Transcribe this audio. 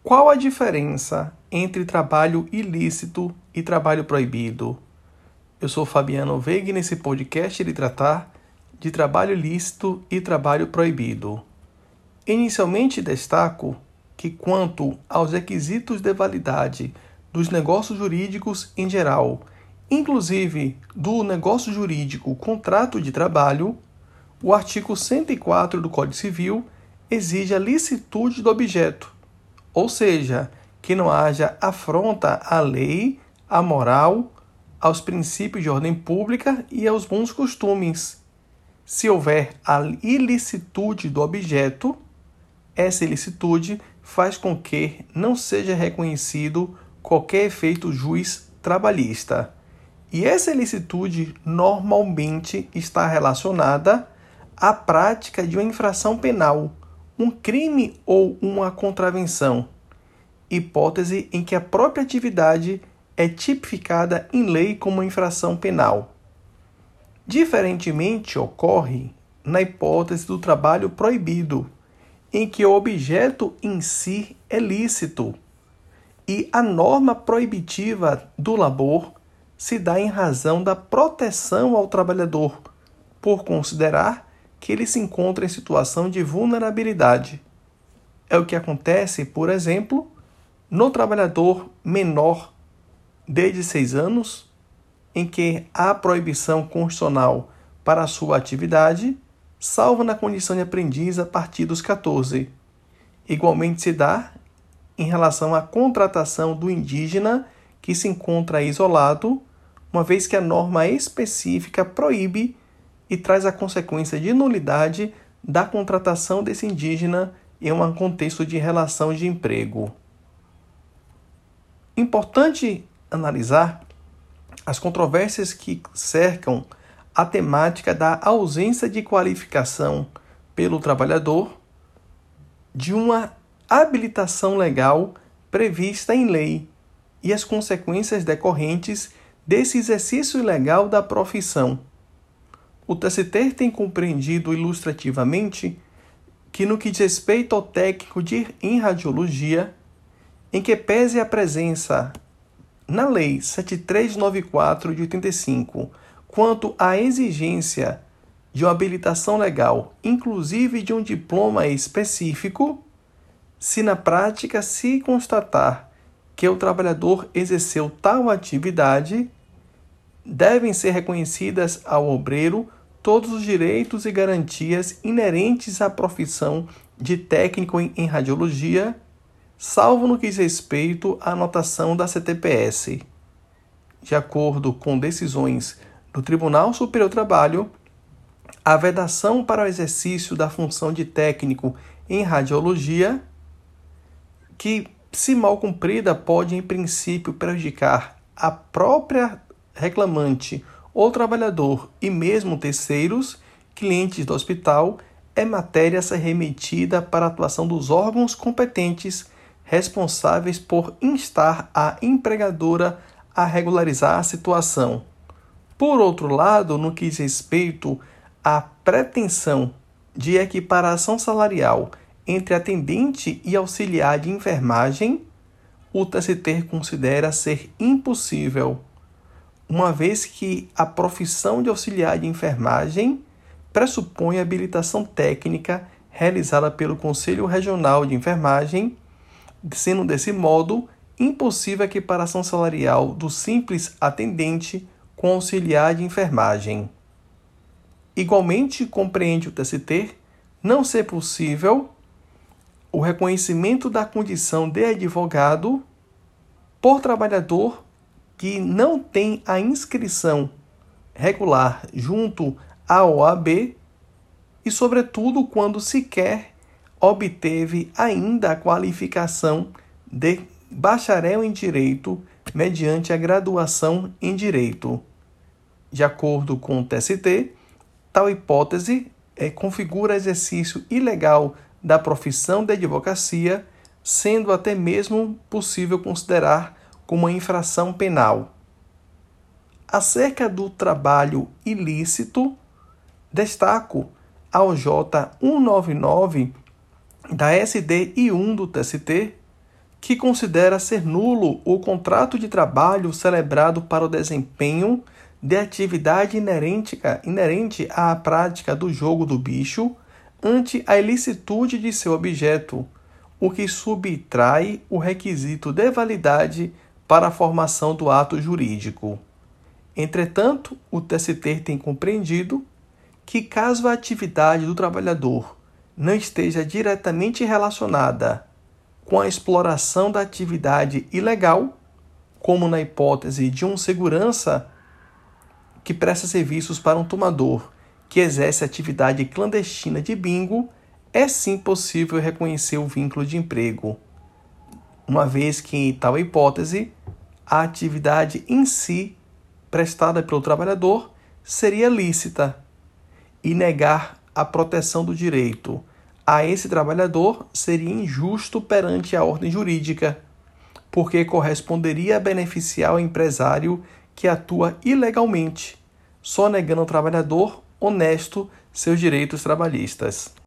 Qual a diferença entre trabalho ilícito e trabalho proibido? Eu sou Fabiano Veiga e nesse podcast irei tratar de trabalho ilícito e trabalho proibido. Inicialmente destaco que quanto aos requisitos de validade dos negócios jurídicos em geral, inclusive do negócio jurídico contrato de trabalho, o artigo 104 do Código Civil exige a licitude do objeto, ou seja, que não haja afronta à lei, à moral, aos princípios de ordem pública e aos bons costumes. Se houver a ilicitude do objeto, essa ilicitude faz com que não seja reconhecido qualquer efeito juiz trabalhista. E essa ilicitude normalmente está relacionada à prática de uma infração penal, um crime ou uma contravenção, hipótese em que a própria atividade é tipificada em lei como infração penal. Diferentemente ocorre na hipótese do trabalho proibido, em que o objeto em si é lícito e a norma proibitiva do labor se dá em razão da proteção ao trabalhador, por considerar que ele se encontra em situação de vulnerabilidade. É o que acontece, por exemplo, no trabalhador menor de 16 anos, em que há proibição constitucional para a sua atividade, salvo na condição de aprendiz a partir dos 14. Igualmente se dá em relação à contratação do indígena que se encontra isolado, uma vez que a norma específica proíbe e traz a consequência de nulidade da contratação desse indígena em um contexto de relação de emprego. Importante analisar as controvérsias que cercam a temática da ausência de qualificação pelo trabalhador de uma habilitação legal prevista em lei e as consequências decorrentes desse exercício ilegal da profissão. O TST tem compreendido ilustrativamente que no que diz respeito ao técnico em radiologia, em que pese a presença na Lei 7394 de 85, quanto à exigência de uma habilitação legal, inclusive de um diploma específico, se na prática se constatar que o trabalhador exerceu tal atividade, devem ser reconhecidas ao obreiro todos os direitos e garantias inerentes à profissão de técnico em radiologia, salvo no que diz respeito à anotação da CTPS. De acordo com decisões do Tribunal Superior do Trabalho, a vedação para o exercício da função de técnico em radiologia, que, se mal cumprida, pode, em princípio, prejudicar a própria reclamante ou trabalhador e mesmo terceiros, clientes do hospital, é matéria a ser remetida para a atuação dos órgãos competentes responsáveis por instar a empregadora a regularizar a situação. Por outro lado, no que diz respeito à pretensão de equiparação salarial entre atendente e auxiliar de enfermagem, o TST considera ser impossível, uma vez que a profissão de auxiliar de enfermagem pressupõe habilitação técnica realizada pelo Conselho Regional de Enfermagem, sendo desse modo impossível a equiparação salarial do simples atendente com auxiliar de enfermagem. Igualmente, compreende o TST não ser possível o reconhecimento da condição de advogado por trabalhador que não tem a inscrição regular junto à OAB e, sobretudo, quando sequer obteve ainda a qualificação de bacharel em Direito mediante a graduação em Direito. De acordo com o TST, tal hipótese configura exercício ilegal da profissão de advocacia, sendo até mesmo possível considerar como uma infração penal. Acerca do trabalho ilícito, destaco a OJ 199 da SDI1 do TST, que considera ser nulo o contrato de trabalho celebrado para o desempenho de atividade inerente à prática do jogo do bicho ante a ilicitude de seu objeto, o que subtrai o requisito de validade para a formação do ato jurídico. Entretanto, o TST tem compreendido que, caso a atividade do trabalhador não esteja diretamente relacionada com a exploração da atividade ilegal, como na hipótese de um segurança que presta serviços para um tomador que exerce atividade clandestina de bingo, é sim possível reconhecer o vínculo de emprego, uma vez que, em tal hipótese, a atividade em si prestada pelo trabalhador seria lícita, e negar a proteção do direito a esse trabalhador seria injusto perante a ordem jurídica, porque corresponderia a beneficiar o empresário que atua ilegalmente, só negando ao trabalhador honesto seus direitos trabalhistas.